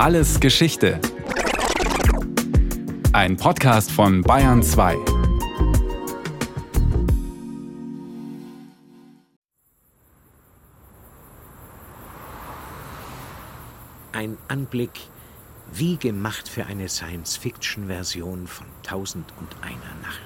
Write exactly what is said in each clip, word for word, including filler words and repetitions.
Alles Geschichte. Ein Podcast von Bayern zwei. Ein Anblick wie gemacht für eine Science-Fiction-Version von Tausend und einer Nacht.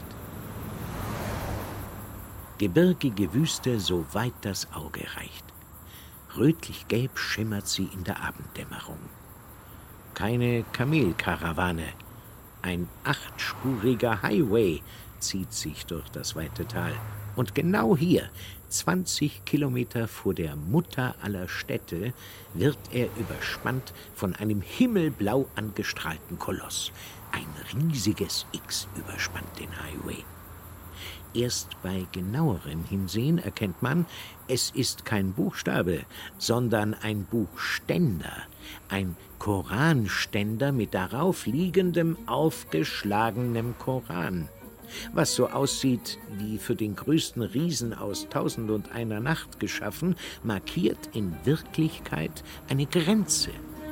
Gebirgige Wüste, so weit das Auge reicht. Rötlich-gelb schimmert sie in der Abenddämmerung. Keine Kamelkarawane. Ein achtspuriger Highway zieht sich durch das weite Tal. Und genau hier, zwanzig Kilometer vor der Mutter aller Städte, wird er überspannt von einem himmelblau angestrahlten Koloss. Ein riesiges X überspannt den Highway. Erst bei genauerem Hinsehen erkennt man, es ist kein Buchstabe, sondern ein Buchständer, ein Koranständer mit darauf liegendem, aufgeschlagenem Koran. Was so aussieht wie für den größten Riesen aus Tausend und einer Nacht geschaffen, markiert in Wirklichkeit eine Grenze.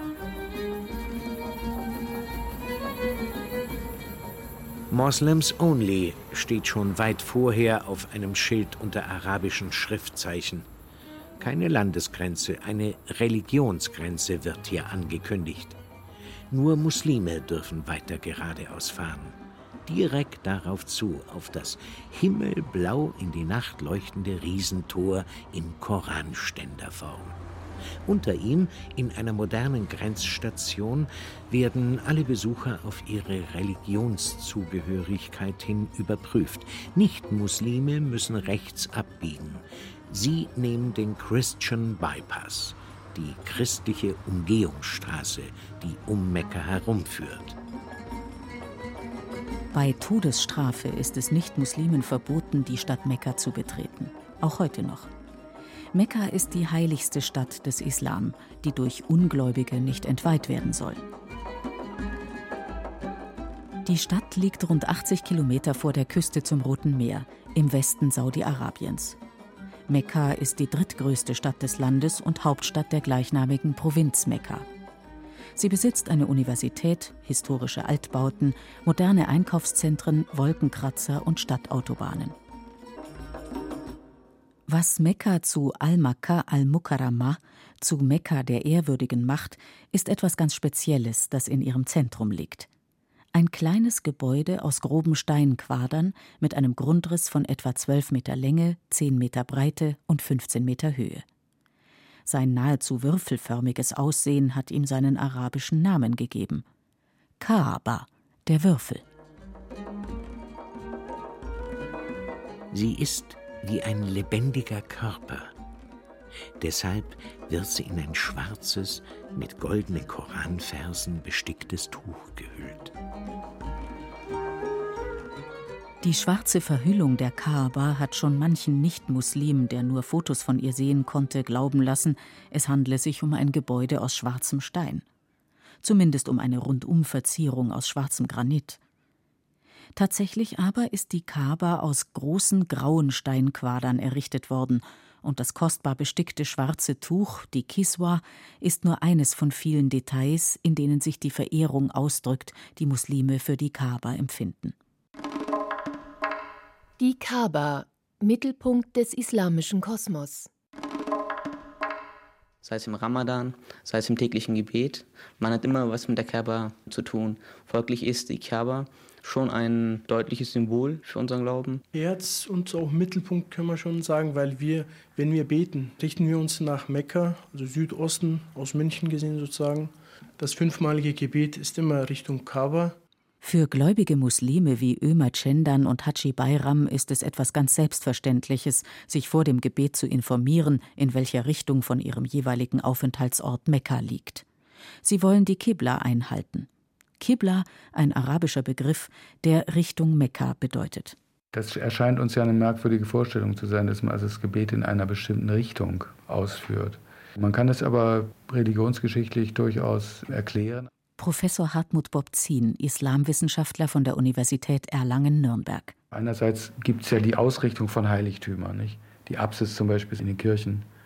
Moslems only steht schon weit vorher auf einem Schild unter arabischen Schriftzeichen. Keine Landesgrenze, eine Religionsgrenze wird hier angekündigt. Nur Muslime dürfen weiter geradeaus fahren. Direkt darauf zu, auf das himmelblau in die Nacht leuchtende Riesentor in Koranständerform. Unter ihm, in einer modernen Grenzstation, werden alle Besucher auf ihre Religionszugehörigkeit hin überprüft. Nicht-Muslime müssen rechts abbiegen. Sie nehmen den Christian Bypass, die christliche Umgehungsstraße, die um Mekka herumführt. Bei Todesstrafe ist es Nicht-Muslimen verboten, die Stadt Mekka zu betreten. Auch heute noch. Mekka ist die heiligste Stadt des Islam, die durch Ungläubige nicht entweiht werden soll. Die Stadt liegt rund achtzig Kilometer vor der Küste zum Roten Meer, im Westen Saudi-Arabiens. Mekka ist die drittgrößte Stadt des Landes und Hauptstadt der gleichnamigen Provinz Mekka. Sie besitzt eine Universität, historische Altbauten, moderne Einkaufszentren, Wolkenkratzer und Stadtautobahnen. Was Mekka zu Al-Makka al-Mukarramah, zu Mekka der ehrwürdigen Macht, ist etwas ganz Spezielles, das in ihrem Zentrum liegt. Ein kleines Gebäude aus groben Steinquadern mit einem Grundriss von etwa zwölf Meter Länge, zehn Meter Breite und fünfzehn Meter Höhe. Sein nahezu würfelförmiges Aussehen hat ihm seinen arabischen Namen gegeben: Kaaba, der Würfel. Sie ist wie ein lebendiger Körper. Deshalb wird sie in ein schwarzes, mit goldenen Koranversen besticktes Tuch gehüllt. Die schwarze Verhüllung der Kaaba hat schon manchen Nicht-Muslim, der nur Fotos von ihr sehen konnte, glauben lassen, es handle sich um ein Gebäude aus schwarzem Stein. Zumindest um eine Rundumverzierung aus schwarzem Granit. Tatsächlich aber ist die Kaaba aus großen grauen Steinquadern errichtet worden und das kostbar bestickte schwarze Tuch, die Kiswa, ist nur eines von vielen Details, in denen sich die Verehrung ausdrückt, die Muslime für die Kaaba empfinden. Die Kaaba, Mittelpunkt des islamischen Kosmos. Sei es im Ramadan, sei es im täglichen Gebet, man hat immer was mit der Kaaba zu tun. Folglich ist die Kaaba schon ein deutliches Symbol für unseren Glauben. Herz und auch Mittelpunkt können wir schon sagen, weil wir, wenn wir beten, richten wir uns nach Mekka, also Südosten, aus München gesehen sozusagen. Das fünfmalige Gebet ist immer Richtung Kaaba. Für gläubige Muslime wie Ömer Cendan und Haji Bayram ist es etwas ganz Selbstverständliches, sich vor dem Gebet zu informieren, in welcher Richtung von ihrem jeweiligen Aufenthaltsort Mekka liegt. Sie wollen die Qibla einhalten. Qibla, ein arabischer Begriff, der Richtung Mekka bedeutet. Das erscheint uns ja eine merkwürdige Vorstellung zu sein, dass man also das Gebet in einer bestimmten Richtung ausführt. Man kann es aber religionsgeschichtlich durchaus erklären. Professor Hartmut Bobzin, Islamwissenschaftler von der Universität Erlangen-Nürnberg. Einerseits gibt es ja die Ausrichtung von Heiligtümern, nicht? Die Apsis zum Beispiel in den Kirchen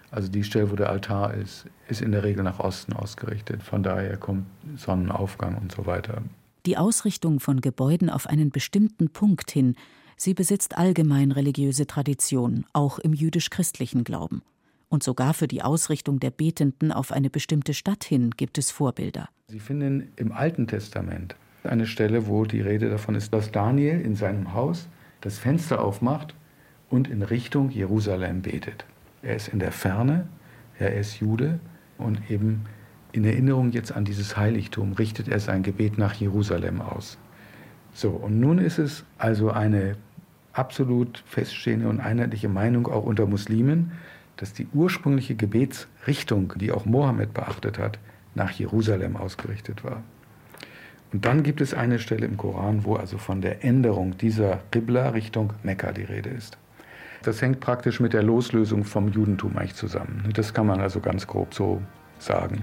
Also die Stelle, wo der Altar ist, ist in der Regel nach Osten ausgerichtet. Von daher kommt Sonnenaufgang und so weiter. Die Ausrichtung von Gebäuden auf einen bestimmten Punkt hin, sie besitzt allgemein religiöse Tradition, auch im jüdisch-christlichen Glauben. Und sogar für die Ausrichtung der Betenden auf eine bestimmte Stadt hin gibt es Vorbilder. Sie finden im Alten Testament eine Stelle, wo die Rede davon ist, dass Daniel in seinem Haus das Fenster aufmacht und in Richtung Jerusalem betet. Er ist in der Ferne, er ist Jude und eben in Erinnerung jetzt an dieses Heiligtum richtet er sein Gebet nach Jerusalem aus. So, und nun ist es also eine absolut feststehende und einheitliche Meinung auch unter Muslimen, dass die ursprüngliche Gebetsrichtung, die auch Mohammed beachtet hat, nach Jerusalem ausgerichtet war. Und dann gibt es eine Stelle im Koran, wo also von der Änderung dieser Qibla Richtung Mekka die Rede ist. Das hängt praktisch mit der Loslösung vom Judentum eigentlich zusammen. Das kann man also ganz grob so sagen.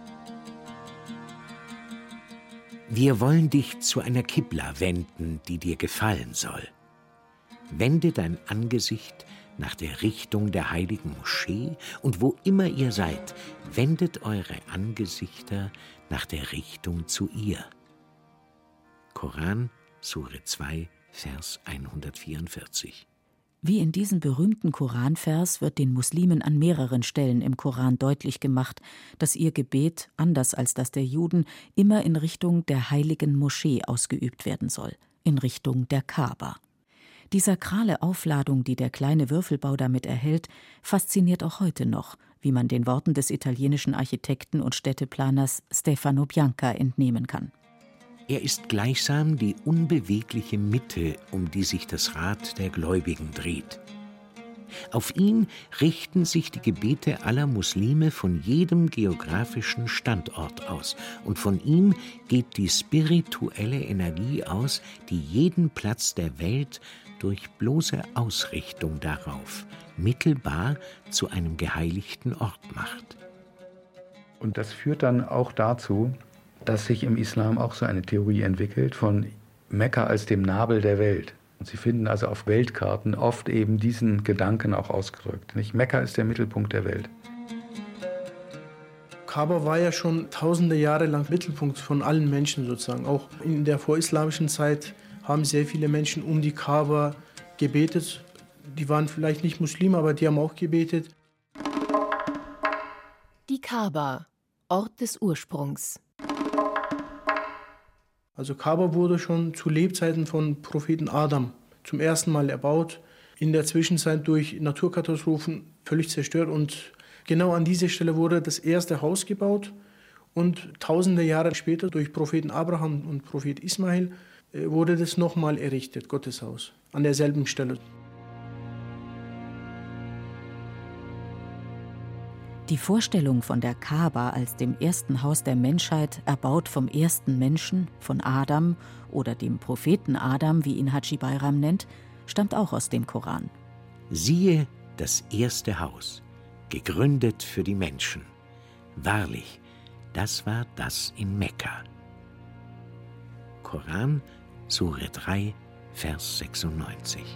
Wir wollen dich zu einer Qibla wenden, die dir gefallen soll. Wende dein Angesicht nach der Richtung der heiligen Moschee und wo immer ihr seid, wendet eure Angesichter nach der Richtung zu ihr. Koran, Sure zwei, Vers hundertvierundvierzig. Wie in diesem berühmten Koranvers wird den Muslimen an mehreren Stellen im Koran deutlich gemacht, dass ihr Gebet, anders als das der Juden, immer in Richtung der heiligen Moschee ausgeübt werden soll, in Richtung der Kaaba. Die sakrale Aufladung, die der kleine Würfelbau damit erhält, fasziniert auch heute noch, wie man den Worten des italienischen Architekten und Städteplaners Stefano Bianca entnehmen kann. Er ist gleichsam die unbewegliche Mitte, um die sich das Rad der Gläubigen dreht. Auf ihn richten sich die Gebete aller Muslime von jedem geografischen Standort aus, und von ihm geht die spirituelle Energie aus, die jeden Platz der Welt durch bloße Ausrichtung darauf mittelbar zu einem geheiligten Ort macht. Und das führt dann auch dazu, dass sich im Islam auch so eine Theorie entwickelt von Mekka als dem Nabel der Welt. Und Sie finden also auf Weltkarten oft eben diesen Gedanken auch ausgedrückt. Nicht? Mekka ist der Mittelpunkt der Welt. Kaaba war ja schon tausende Jahre lang Mittelpunkt von allen Menschen sozusagen. Auch in der vorislamischen Zeit haben sehr viele Menschen um die Kaaba gebetet. Die waren vielleicht nicht Muslime, aber die haben auch gebetet. Die Kaaba, Ort des Ursprungs. Also Kaaba wurde schon zu Lebzeiten von Propheten Adam zum ersten Mal erbaut, in der Zwischenzeit durch Naturkatastrophen völlig zerstört. Und genau an dieser Stelle wurde das erste Haus gebaut und tausende Jahre später durch Propheten Abraham und Prophet Ismail wurde das nochmal errichtet, Gottes Haus, an derselben Stelle. Die Vorstellung von der Kaaba als dem ersten Haus der Menschheit, erbaut vom ersten Menschen, von Adam oder dem Propheten Adam, wie ihn Haji Bayram nennt, stammt auch aus dem Koran. Siehe das erste Haus, gegründet für die Menschen. Wahrlich, das war das in Mekka. Koran, Sure drei, Vers sechsundneunzig.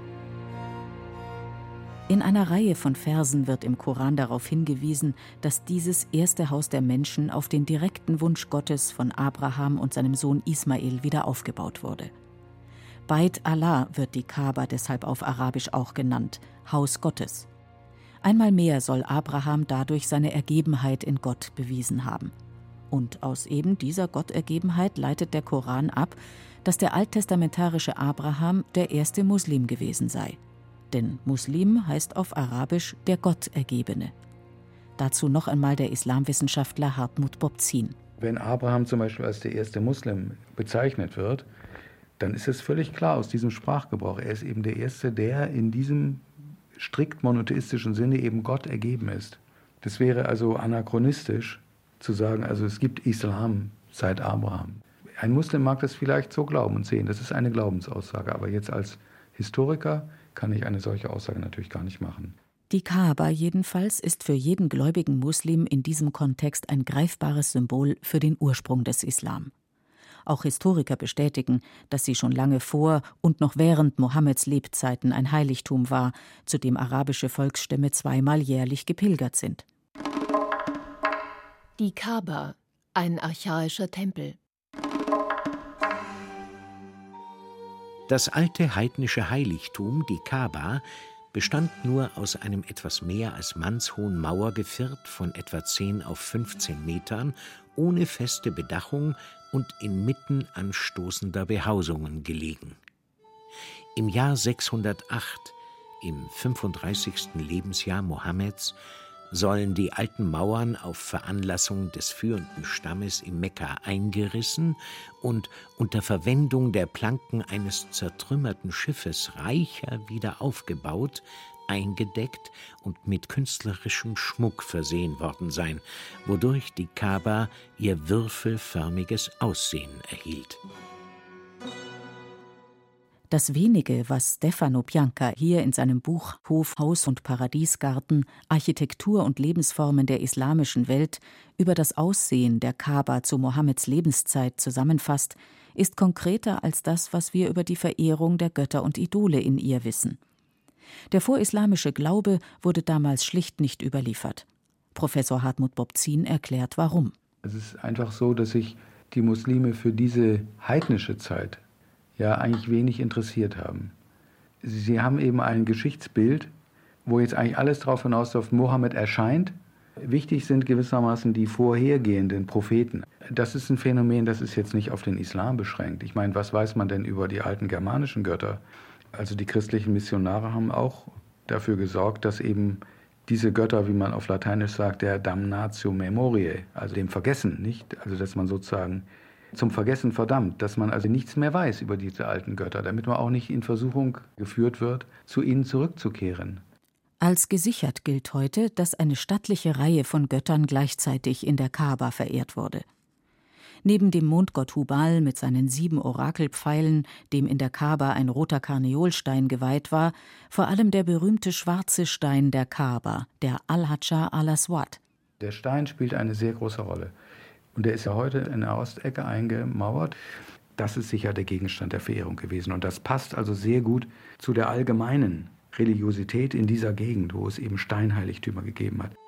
In einer Reihe von Versen wird im Koran darauf hingewiesen, dass dieses erste Haus der Menschen auf den direkten Wunsch Gottes von Abraham und seinem Sohn Ismael wieder aufgebaut wurde. Beit Allah wird die Kaaba deshalb auf Arabisch auch genannt, Haus Gottes. Einmal mehr soll Abraham dadurch seine Ergebenheit in Gott bewiesen haben. Und aus eben dieser Gottergebenheit leitet der Koran ab, dass der alttestamentarische Abraham der erste Muslim gewesen sei. Denn Muslim heißt auf Arabisch der Gottergebene. Dazu noch einmal der Islamwissenschaftler Hartmut Bobzin. Wenn Abraham zum Beispiel als der erste Muslim bezeichnet wird, dann ist es völlig klar aus diesem Sprachgebrauch. Er ist eben der Erste, der in diesem strikt monotheistischen Sinne eben Gott ergeben ist. Das wäre also anachronistisch zu sagen, also es gibt Islam seit Abraham. Ein Muslim mag das vielleicht so glauben und sehen, das ist eine Glaubensaussage, aber jetzt als Historiker kann ich eine solche Aussage natürlich gar nicht machen. Die Kaaba jedenfalls ist für jeden gläubigen Muslim in diesem Kontext ein greifbares Symbol für den Ursprung des Islam. Auch Historiker bestätigen, dass sie schon lange vor und noch während Mohammeds Lebzeiten ein Heiligtum war, zu dem arabische Volksstämme zweimal jährlich gepilgert sind. Die Kaaba, ein archaischer Tempel. Das alte heidnische Heiligtum, die Kaaba, bestand nur aus einem etwas mehr als mannshohen Mauergeviert von etwa zehn auf fünfzehn Metern, ohne feste Bedachung und inmitten anstoßender Behausungen gelegen. Im Jahr sechshundertacht, im fünfunddreißigsten Lebensjahr Mohammeds, sollen die alten Mauern auf Veranlassung des führenden Stammes in Mekka eingerissen und unter Verwendung der Planken eines zertrümmerten Schiffes reicher wieder aufgebaut, eingedeckt und mit künstlerischem Schmuck versehen worden sein, wodurch die Kaaba ihr würfelförmiges Aussehen erhielt. Das wenige, was Stefano Bianca hier in seinem Buch Hof, Haus und Paradiesgarten – Architektur und Lebensformen der islamischen Welt über das Aussehen der Kaaba zu Mohammeds Lebenszeit zusammenfasst, ist konkreter als das, was wir über die Verehrung der Götter und Idole in ihr wissen. Der vorislamische Glaube wurde damals schlicht nicht überliefert. Professor Hartmut Bobzien erklärt, warum. Es ist einfach so, dass sich die Muslime für diese heidnische Zeit ja eigentlich wenig interessiert haben. Sie haben eben ein Geschichtsbild, wo jetzt eigentlich alles darauf hinausläuft, Mohammed erscheint. Wichtig sind gewissermaßen die vorhergehenden Propheten. Das ist ein Phänomen, das ist jetzt nicht auf den Islam beschränkt. Ich meine, was weiß man denn über die alten germanischen Götter? Also die christlichen Missionare haben auch dafür gesorgt, dass eben diese Götter, wie man auf Lateinisch sagt, der damnatio memoriae, also dem Vergessen, nicht? Also dass man sozusagen zum Vergessen verdammt, dass man also nichts mehr weiß über diese alten Götter, damit man auch nicht in Versuchung geführt wird, zu ihnen zurückzukehren. Als gesichert gilt heute, dass eine stattliche Reihe von Göttern gleichzeitig in der Kaaba verehrt wurde. Neben dem Mondgott Hubal mit seinen sieben Orakelpfeilen, dem in der Kaaba ein roter Karneolstein geweiht war, vor allem der berühmte schwarze Stein der Kaaba, der Al-Hajar al-Aswad. Der Stein spielt eine sehr große Rolle. Und der ist ja heute in der Ostecke eingemauert. Das ist sicher der Gegenstand der Verehrung gewesen. Und das passt also sehr gut zu der allgemeinen Religiosität in dieser Gegend, wo es eben Steinheiligtümer gegeben hat.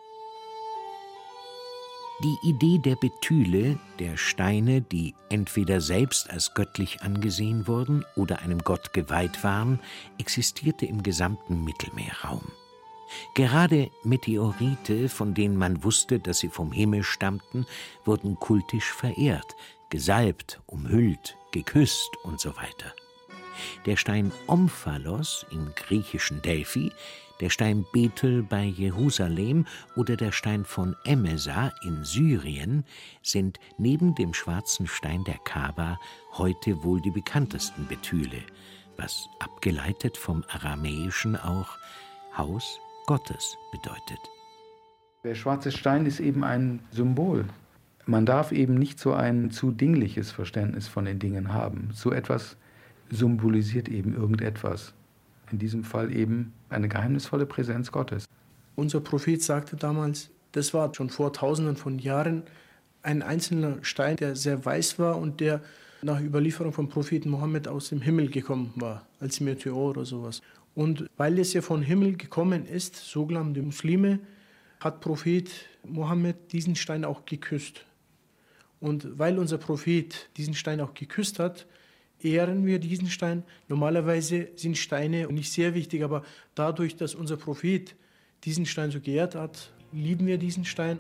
Die Idee der Bethyle, der Steine, die entweder selbst als göttlich angesehen wurden oder einem Gott geweiht waren, existierte im gesamten Mittelmeerraum. Gerade Meteorite, von denen man wusste, dass sie vom Himmel stammten, wurden kultisch verehrt, gesalbt, umhüllt, geküsst und so weiter. Der Stein Omphalos im griechischen Delphi, der Stein Bethel bei Jerusalem oder der Stein von Emesa in Syrien sind neben dem schwarzen Stein der Kaaba heute wohl die bekanntesten Bethyle, was abgeleitet vom Aramäischen auch Haus Gottes bedeutet. Der schwarze Stein ist eben ein Symbol. Man darf eben nicht so ein zu dingliches Verständnis von den Dingen haben. So etwas symbolisiert eben irgendetwas. In diesem Fall eben eine geheimnisvolle Präsenz Gottes. Unser Prophet sagte damals, das war schon vor tausenden von Jahren ein einzelner Stein, der sehr weiß war und der nach Überlieferung vom Propheten Mohammed aus dem Himmel gekommen war, als Meteor oder sowas. Und weil es ja von Himmel gekommen ist, so glauben die Muslime, hat Prophet Mohammed diesen Stein auch geküsst. Und weil unser Prophet diesen Stein auch geküsst hat, ehren wir diesen Stein. Normalerweise sind Steine nicht sehr wichtig, aber dadurch, dass unser Prophet diesen Stein so geehrt hat, lieben wir diesen Stein.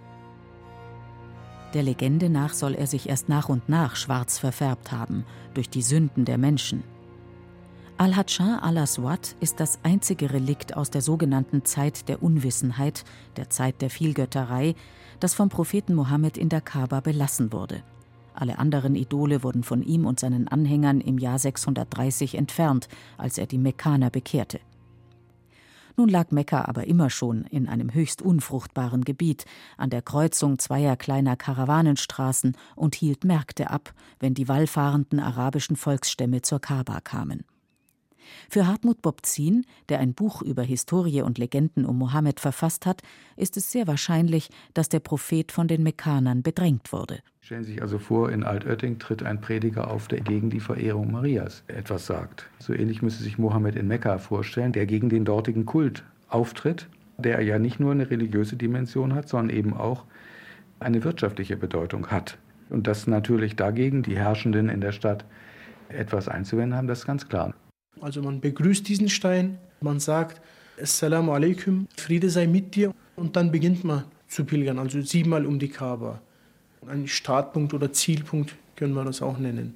Der Legende nach soll er sich erst nach und nach schwarz verfärbt haben, durch die Sünden der Menschen. Al-Hajar al-Aswad ist das einzige Relikt aus der sogenannten Zeit der Unwissenheit, der Zeit der Vielgötterei, das vom Propheten Mohammed in der Kaaba belassen wurde. Alle anderen Idole wurden von ihm und seinen Anhängern im Jahr sechshundertdreißig entfernt, als er die Mekkaner bekehrte. Nun lag Mekka aber immer schon in einem höchst unfruchtbaren Gebiet, an der Kreuzung zweier kleiner Karawanenstraßen und hielt Märkte ab, wenn die wallfahrenden arabischen Volksstämme zur Kaaba kamen. Für Hartmut Bobzien, der ein Buch über Historie und Legenden um Mohammed verfasst hat, ist es sehr wahrscheinlich, dass der Prophet von den Mekkanern bedrängt wurde. Stellen Sie sich also vor, in Altötting tritt ein Prediger auf, der gegen die Verehrung Marias etwas sagt. So ähnlich müsste sich Mohammed in Mekka vorstellen, der gegen den dortigen Kult auftritt, der ja nicht nur eine religiöse Dimension hat, sondern eben auch eine wirtschaftliche Bedeutung hat. Und dass natürlich dagegen die Herrschenden in der Stadt etwas einzuwenden haben, das ist ganz klar. Also man begrüßt diesen Stein, man sagt Assalamu alaikum, Friede sei mit dir, und dann beginnt man zu pilgern, also siebenmal um die Kaaba. Ein Startpunkt oder Zielpunkt können wir das auch nennen.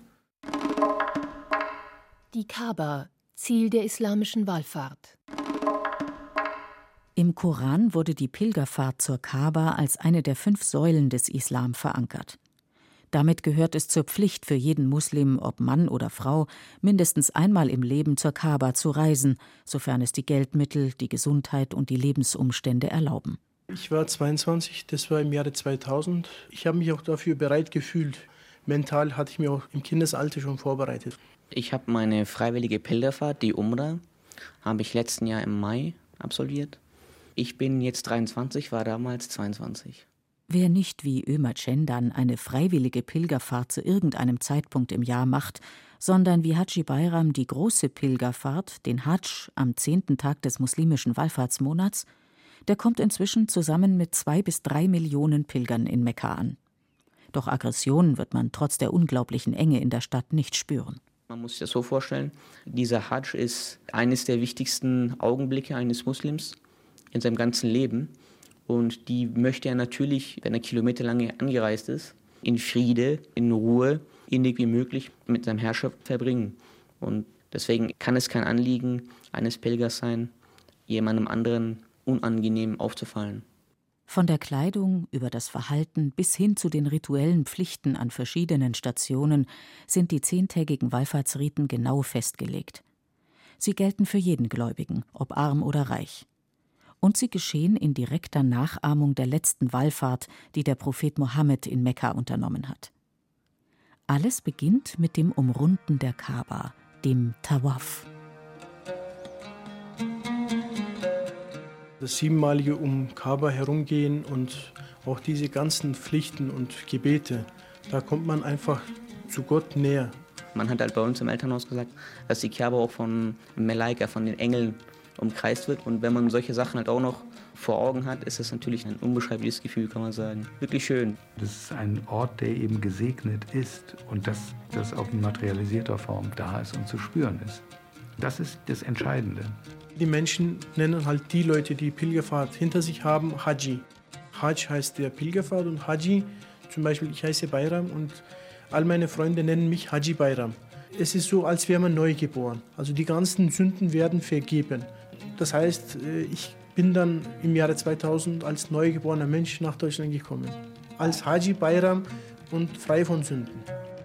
Die Kaaba, Ziel der islamischen Wallfahrt. Im Koran wurde die Pilgerfahrt zur Kaaba als eine der fünf Säulen des Islam verankert. Damit gehört es zur Pflicht für jeden Muslim, ob Mann oder Frau, mindestens einmal im Leben zur Kaaba zu reisen, sofern es die Geldmittel, die Gesundheit und die Lebensumstände erlauben. Ich war zweiundzwanzig, das war im Jahre zweitausend. Ich habe mich auch dafür bereit gefühlt. Mental hatte ich mich auch im Kindesalter schon vorbereitet. Ich habe meine freiwillige Pilgerfahrt, die Umrah, habe ich letzten Jahr im Mai absolviert. Ich bin jetzt dreiundzwanzig, war damals zweiundzwanzig. Wer nicht wie Ömer Cendan eine freiwillige Pilgerfahrt zu irgendeinem Zeitpunkt im Jahr macht, sondern wie Haji Bayram die große Pilgerfahrt, den Hadsch, am zehnten Tag des muslimischen Wallfahrtsmonats, der kommt inzwischen zusammen mit zwei bis drei Millionen Pilgern in Mekka an. Doch Aggression wird man trotz der unglaublichen Enge in der Stadt nicht spüren. Man muss sich das so vorstellen, dieser Hadsch ist eines der wichtigsten Augenblicke eines Muslims in seinem ganzen Leben. Und die möchte er natürlich, wenn er kilometerlang angereist ist, in Friede, in Ruhe, innig wie möglich mit seinem Herrscher verbringen. Und deswegen kann es kein Anliegen eines Pilgers sein, jemandem anderen unangenehm aufzufallen. Von der Kleidung über das Verhalten bis hin zu den rituellen Pflichten an verschiedenen Stationen sind die zehntägigen Wallfahrtsriten genau festgelegt. Sie gelten für jeden Gläubigen, ob arm oder reich. Und sie geschehen in direkter Nachahmung der letzten Wallfahrt, die der Prophet Mohammed in Mekka unternommen hat. Alles beginnt mit dem Umrunden der Kaaba, dem Tawaf. Das siebenmalige um Kaaba herumgehen und auch diese ganzen Pflichten und Gebete, da kommt man einfach zu Gott näher. Man hat halt bei uns im Elternhaus gesagt, dass die Kaaba auch von Melaika, von den Engeln, umkreist wird. Und wenn man solche Sachen halt auch noch vor Augen hat, ist das natürlich ein unbeschreibliches Gefühl, kann man sagen. Wirklich schön. Das ist ein Ort, der eben gesegnet ist und dass das auch in materialisierter Form da ist und zu spüren ist. Das ist das Entscheidende. Die Menschen nennen halt die Leute, die Pilgerfahrt hinter sich haben, Haji. Hajj heißt der Pilgerfahrt und Haji, zum Beispiel ich heiße Bayram und all meine Freunde nennen mich Haji Bayram. Es ist so, als wäre man neu geboren. Also die ganzen Sünden werden vergeben. Das heißt, ich bin dann im Jahre zweitausend als neugeborener Mensch nach Deutschland gekommen. Als Haji Bayram und frei von Sünden.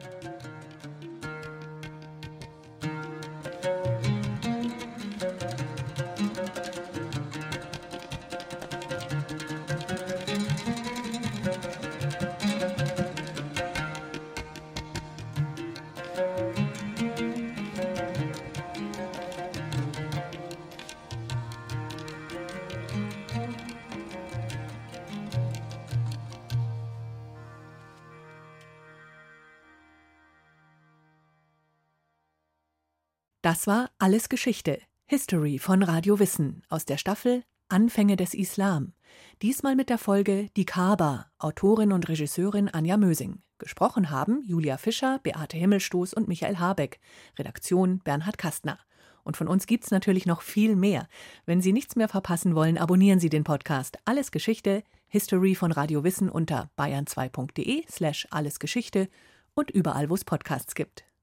Das war Alles Geschichte, History von Radio Wissen aus der Staffel Anfänge des Islam. Diesmal mit der Folge Die Kaaba, Autorin und Regisseurin Anja Mösing. Gesprochen haben Julia Fischer, Beate Himmelstoß und Michael Habeck. Redaktion Bernhard Kastner. Und von uns gibt's natürlich noch viel mehr. Wenn Sie nichts mehr verpassen wollen, abonnieren Sie den Podcast Alles Geschichte, History von Radio Wissen unter bayern zwei punkt de slash allesgeschichte und überall, wo es Podcasts gibt.